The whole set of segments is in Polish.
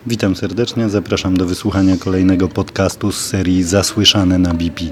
Witam serdecznie, zapraszam do wysłuchania kolejnego podcastu z serii Zasłyszane na BP.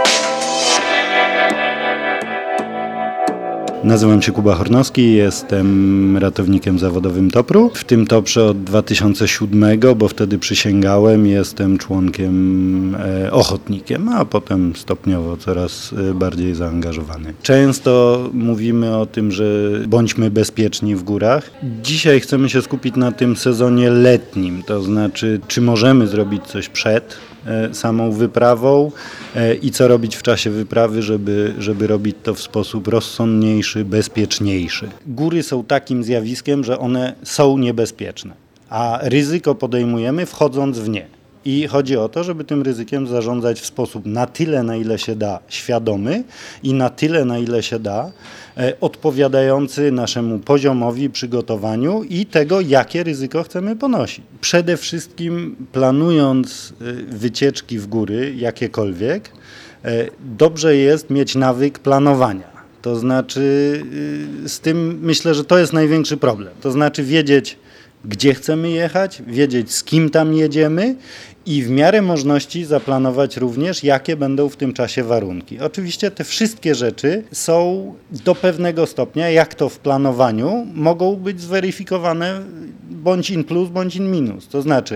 Nazywam się Kuba Hornowski, jestem ratownikiem zawodowym TOPR-u. W tym TOPR-ze od 2007, bo wtedy przysięgałem, jestem członkiem ochotnikiem, a potem stopniowo coraz bardziej zaangażowany. Często mówimy o tym, że bądźmy bezpieczni w górach. Dzisiaj chcemy się skupić na tym sezonie letnim, to znaczy czy możemy zrobić coś przed samą wyprawą i co robić w czasie wyprawy, żeby robić to w sposób rozsądniejszy, bezpieczniejszy. Góry są takim zjawiskiem, że one są niebezpieczne, a ryzyko podejmujemy wchodząc w nie. I chodzi o to, żeby tym ryzykiem zarządzać w sposób na tyle, na ile się da, świadomy i na tyle, na ile się da, odpowiadający naszemu poziomowi, przygotowaniu i tego, jakie ryzyko chcemy ponosić. Przede wszystkim planując wycieczki w góry, jakiekolwiek, dobrze jest mieć nawyk planowania. To znaczy, z tym myślę, że to jest największy problem. To znaczy wiedzieć, gdzie chcemy jechać, wiedzieć, z kim tam jedziemy i w miarę możliwości zaplanować również, jakie będą w tym czasie warunki. Oczywiście te wszystkie rzeczy są do pewnego stopnia, jak to w planowaniu, mogą być zweryfikowane bądź in plus, bądź in minus. To znaczy,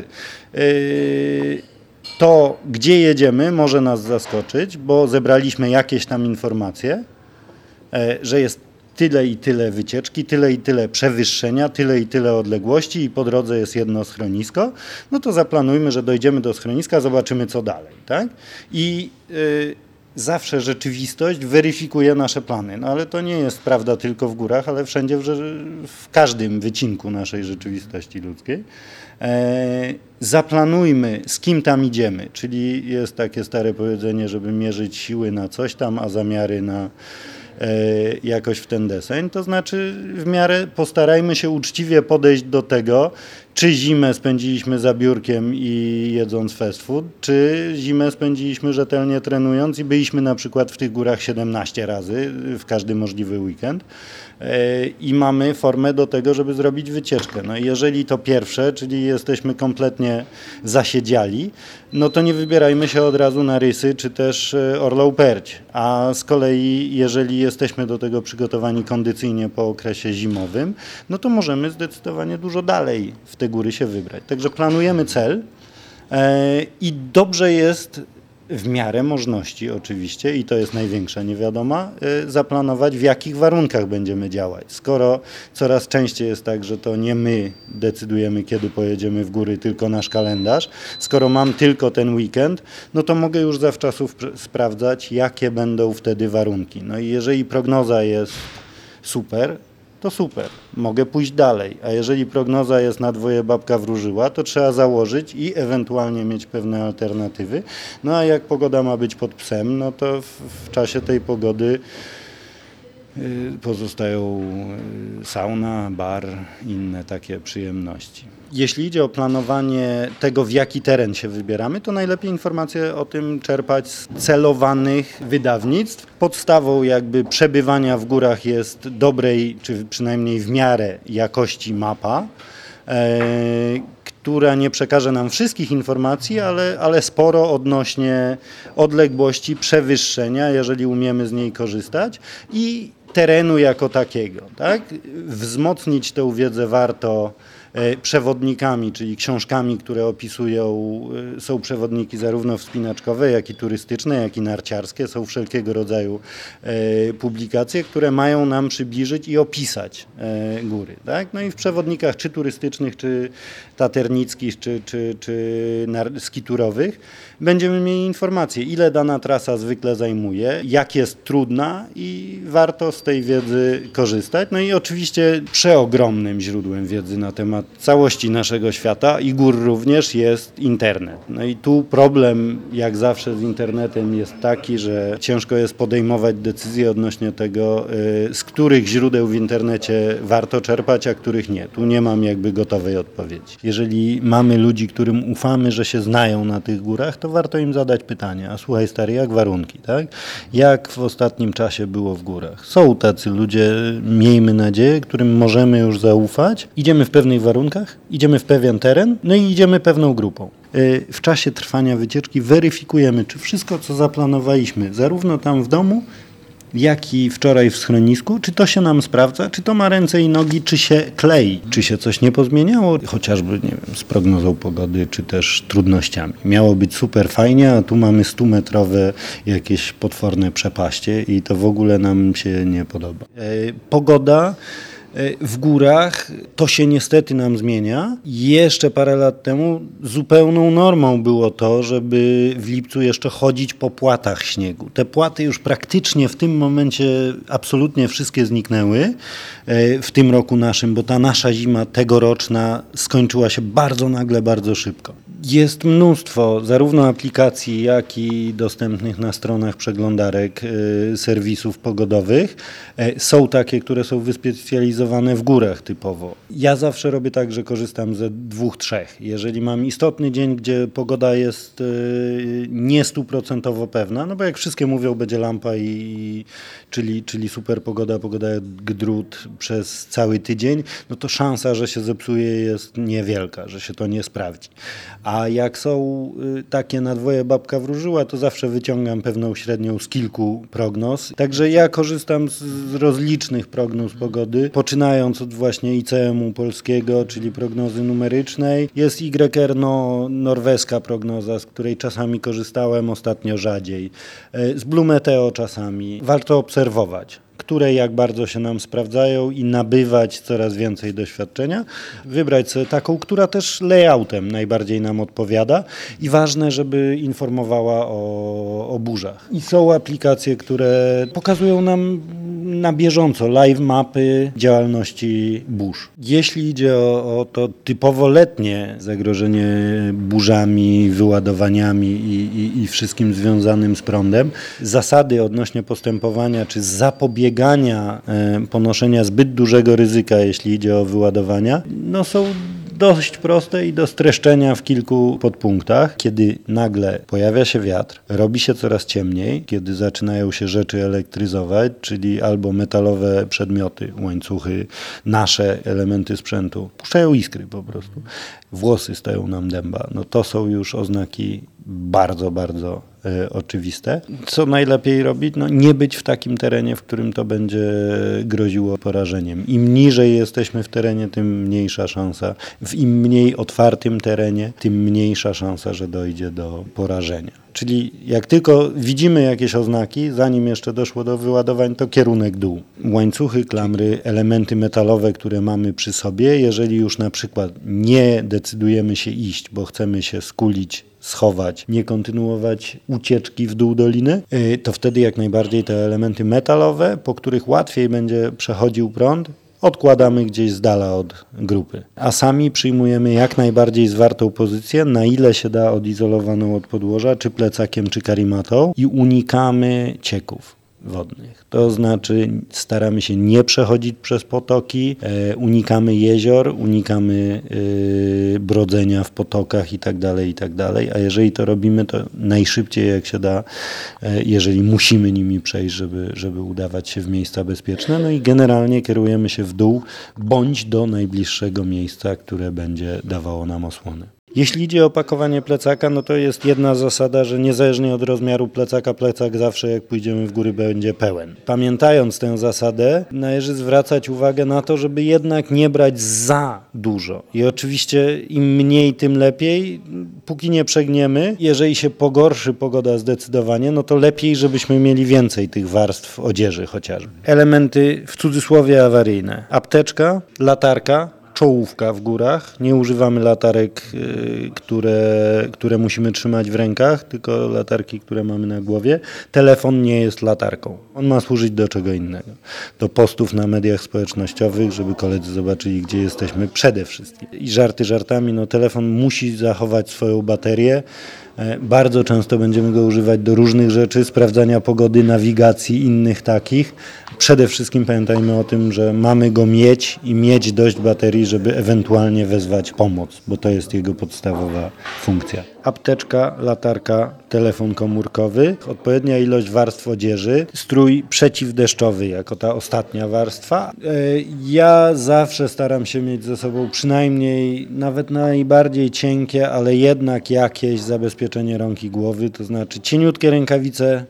to, gdzie jedziemy, może nas zaskoczyć, bo zebraliśmy jakieś tam informacje, że jest tyle i tyle wycieczki, tyle i tyle przewyższenia, tyle i tyle odległości i po drodze jest jedno schronisko, no to zaplanujmy, że dojdziemy do schroniska, zobaczymy co dalej, tak? I zawsze rzeczywistość weryfikuje nasze plany, no ale to nie jest prawda tylko w górach, ale wszędzie, w każdym wycinku naszej rzeczywistości ludzkiej. Zaplanujmy, z kim tam idziemy, czyli jest takie stare powiedzenie, żeby mierzyć siły na coś tam, a zamiary na jakoś w ten deseń, to znaczy w miarę postarajmy się uczciwie podejść do tego, czy zimę spędziliśmy za biurkiem i jedząc fast food, czy zimę spędziliśmy rzetelnie trenując i byliśmy na przykład w tych górach 17 razy w każdy możliwy weekend i mamy formę do tego, żeby zrobić wycieczkę. No i jeżeli to pierwsze, czyli jesteśmy kompletnie zasiedziali, no to nie wybierajmy się od razu na Rysy czy też Orlą Perć, a z kolei jeżeli jesteśmy do tego przygotowani kondycyjnie po okresie zimowym, no to możemy zdecydowanie dużo dalej w te góry się wybrać. Także planujemy cel i dobrze jest w miarę możliwości oczywiście, i to jest największa niewiadoma, zaplanować, w jakich warunkach będziemy działać. Skoro coraz częściej jest tak, że to nie my decydujemy, kiedy pojedziemy w góry, tylko nasz kalendarz, skoro mam tylko ten weekend, no to mogę już zawczasu sprawdzać, jakie będą wtedy warunki. No i jeżeli prognoza jest super, to super, mogę pójść dalej, a jeżeli prognoza jest na dwoje babka wróżyła, to trzeba założyć i ewentualnie mieć pewne alternatywy. No a jak pogoda ma być pod psem, no to w czasie tej pogody pozostają sauna, bar, inne takie przyjemności. Jeśli idzie o planowanie tego, w jaki teren się wybieramy, to najlepiej informacje o tym czerpać z celowanych wydawnictw. Podstawą jakby przebywania w górach jest dobrej, czy przynajmniej w miarę jakości mapa, która nie przekaże nam wszystkich informacji, ale sporo odnośnie odległości, przewyższenia, jeżeli umiemy z niej korzystać i terenu jako takiego, tak? Wzmocnić tę wiedzę warto przewodnikami, czyli książkami, które opisują, są przewodniki zarówno wspinaczkowe, jak i turystyczne, jak i narciarskie, są wszelkiego rodzaju publikacje, które mają nam przybliżyć i opisać góry. Tak? No i w przewodnikach czy turystycznych, czy taternickich, czy skiturowych będziemy mieli informacje, ile dana trasa zwykle zajmuje, jak jest trudna i warto z tej wiedzy korzystać. No i oczywiście przeogromnym źródłem wiedzy na temat całości naszego świata i gór również jest internet. No i tu problem, jak zawsze z internetem, jest taki, że ciężko jest podejmować decyzje odnośnie tego, z których źródeł w internecie warto czerpać, a których nie. Tu nie mam jakby gotowej odpowiedzi. Jeżeli mamy ludzi, którym ufamy, że się znają na tych górach, to warto im zadać pytanie, a słuchaj stary, jak warunki, tak? Jak w ostatnim czasie było w górach? Są tacy ludzie, miejmy nadzieję, którym możemy już zaufać. Idziemy w pewnych warunkach warunkach, idziemy w pewien teren, no i idziemy pewną grupą. W czasie trwania wycieczki weryfikujemy, czy wszystko, co zaplanowaliśmy, zarówno tam w domu, jak i wczoraj w schronisku, czy to się nam sprawdza, czy to ma ręce i nogi, czy się klei, czy się coś nie pozmieniało, chociażby, nie wiem, z prognozą pogody, czy też trudnościami. Miało być super fajnie, a tu mamy 100-metrowe jakieś potworne przepaście i to w ogóle nam się nie podoba. Pogoda w górach to się niestety nam zmienia. Jeszcze parę lat temu zupełną normą było to, żeby w lipcu jeszcze chodzić po płatach śniegu. Te płaty już praktycznie w tym momencie absolutnie wszystkie zniknęły w tym roku naszym, bo ta nasza zima tegoroczna skończyła się bardzo nagle, bardzo szybko. Jest mnóstwo zarówno aplikacji, jak i dostępnych na stronach przeglądarek serwisów pogodowych. Są takie, które są wyspecjalizowane w górach typowo. Ja zawsze robię tak, że korzystam ze 2-3. Jeżeli mam istotny dzień, gdzie pogoda jest nie 100% pewna, no bo jak wszystkie mówią, będzie lampa czyli super pogoda jak drut przez cały tydzień, no to szansa, że się zepsuje jest niewielka, że się to nie sprawdzi. A jak są takie na dwoje babka wróżyła, to zawsze wyciągam pewną średnią z kilku prognoz. Także ja korzystam z rozlicznych prognoz pogody, poczynając od właśnie ICM-u polskiego, czyli prognozy numerycznej. Jest YR norweska prognoza, z której czasami korzystałem, ostatnio rzadziej. Z Blue Meteo czasami. Warto obserwować, które jak bardzo się nam sprawdzają i nabywać coraz więcej doświadczenia. Wybrać sobie taką, która też layoutem najbardziej nam odpowiada i ważne, żeby informowała o burzach. I są aplikacje, które pokazują nam na bieżąco live mapy działalności burz. Jeśli idzie o to typowo letnie zagrożenie burzami, wyładowaniami i wszystkim związanym z prądem, zasady odnośnie postępowania czy zapobiegania ponoszenia zbyt dużego ryzyka, jeśli idzie o wyładowania, no są dość proste i do streszczenia w kilku podpunktach. Kiedy nagle pojawia się wiatr, robi się coraz ciemniej, kiedy zaczynają się rzeczy elektryzować, czyli albo metalowe przedmioty, łańcuchy, nasze elementy sprzętu, puszczają iskry po prostu. Włosy stoją nam dęba. No to są już oznaki bardzo, bardzo oczywiste. Co najlepiej robić? No nie być w takim terenie, w którym to będzie groziło porażeniem. Im niżej jesteśmy w terenie, tym mniejsza szansa. W im mniej otwartym terenie, tym mniejsza szansa, że dojdzie do porażenia. Czyli jak tylko widzimy jakieś oznaki, zanim jeszcze doszło do wyładowań, to kierunek dół. Łańcuchy, klamry, elementy metalowe, które mamy przy sobie, jeżeli już na przykład nie decydujemy się iść, bo chcemy się skulić, schować, nie kontynuować ucieczki w dół doliny, to wtedy jak najbardziej te elementy metalowe, po których łatwiej będzie przechodził prąd, odkładamy gdzieś z dala od grupy. A sami przyjmujemy jak najbardziej zwartą pozycję, na ile się da odizolowaną od podłoża, czy plecakiem, czy karimatą i unikamy cieków wodnych. To znaczy staramy się nie przechodzić przez potoki, unikamy jezior, unikamy brodzenia w potokach i tak dalej, a jeżeli to robimy, to najszybciej jak się da, jeżeli musimy nimi przejść, żeby udawać się w miejsca bezpieczne, no i generalnie kierujemy się w dół, bądź do najbliższego miejsca, które będzie dawało nam osłonę. Jeśli idzie o pakowanie plecaka, no to jest jedna zasada, że niezależnie od rozmiaru plecaka, plecak zawsze jak pójdziemy w góry będzie pełen. Pamiętając tę zasadę, należy zwracać uwagę na to, żeby jednak nie brać za dużo. I oczywiście im mniej, tym lepiej. Póki nie przegniemy, jeżeli się pogorszy pogoda zdecydowanie, no to lepiej, żebyśmy mieli więcej tych warstw odzieży chociażby. Elementy w cudzysłowie awaryjne. Apteczka, latarka, czołówka w górach. Nie używamy latarek, które musimy trzymać w rękach, tylko latarki, które mamy na głowie. Telefon nie jest latarką. On ma służyć do czego innego. Do postów na mediach społecznościowych, żeby koledzy zobaczyli, gdzie jesteśmy przede wszystkim. I żarty żartami, no telefon musi zachować swoją baterię. Bardzo często będziemy go używać do różnych rzeczy, sprawdzania pogody, nawigacji, innych takich. Przede wszystkim pamiętajmy o tym, że mamy go mieć i mieć dość baterii, wiedzieli, żeby ewentualnie wezwać pomoc, bo to jest jego podstawowa funkcja. Apteczka, latarka, telefon komórkowy, odpowiednia ilość warstw odzieży, strój przeciwdeszczowy jako ta ostatnia warstwa. Ja zawsze staram się mieć ze sobą przynajmniej nawet najbardziej cienkie, ale jednak jakieś zabezpieczenie rąk i głowy, to znaczy cieniutkie rękawice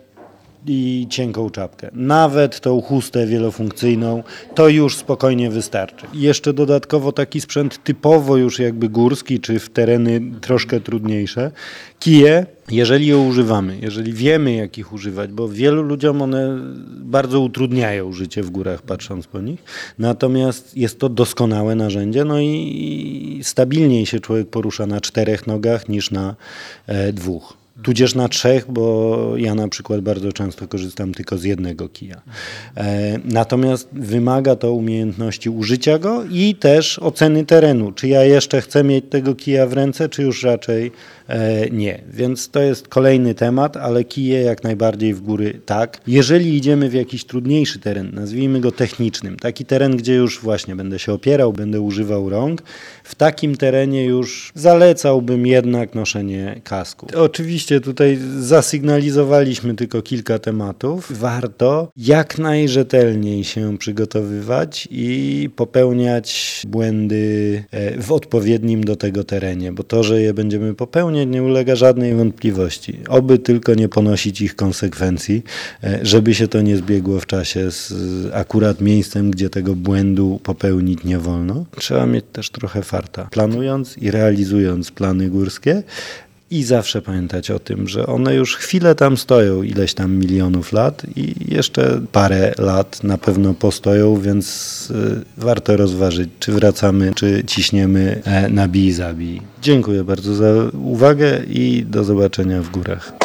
i cienką czapkę. Nawet tą chustę wielofunkcyjną to już spokojnie wystarczy. I jeszcze dodatkowo taki sprzęt typowo już jakby górski, czy w tereny troszkę trudniejsze. Kije, jeżeli je używamy, jeżeli wiemy jak ich używać, bo wielu ludziom one bardzo utrudniają życie w górach, patrząc po nich. Natomiast jest to doskonałe narzędzie, no i stabilniej się człowiek porusza na 4 nogach niż na 2. Tudzież na 3, bo ja na przykład bardzo często korzystam tylko z jednego kija. Natomiast wymaga to umiejętności użycia go i też oceny terenu. Czy ja jeszcze chcę mieć tego kija w ręce, czy już raczej nie. Więc to jest kolejny temat, ale kije jak najbardziej w góry tak. Jeżeli idziemy w jakiś trudniejszy teren, nazwijmy go technicznym, taki teren, gdzie już właśnie będę się opierał, będę używał rąk, w takim terenie już zalecałbym jednak noszenie kasku. Oczywiście tutaj zasygnalizowaliśmy tylko kilka tematów. Warto jak najrzetelniej się przygotowywać i popełniać błędy w odpowiednim do tego terenie, bo to, że je będziemy popełniać, nie ulega żadnej wątpliwości. Oby tylko nie ponosić ich konsekwencji, żeby się to nie zbiegło w czasie z akurat miejscem, gdzie tego błędu popełnić nie wolno. Trzeba mieć też trochę farta. Planując i realizując plany górskie, i zawsze pamiętać o tym, że one już chwilę tam stoją, ileś tam milionów lat i jeszcze parę lat na pewno postoją, więc warto rozważyć, czy wracamy, czy ciśniemy na bij zabij. Dziękuję bardzo za uwagę i do zobaczenia w górach.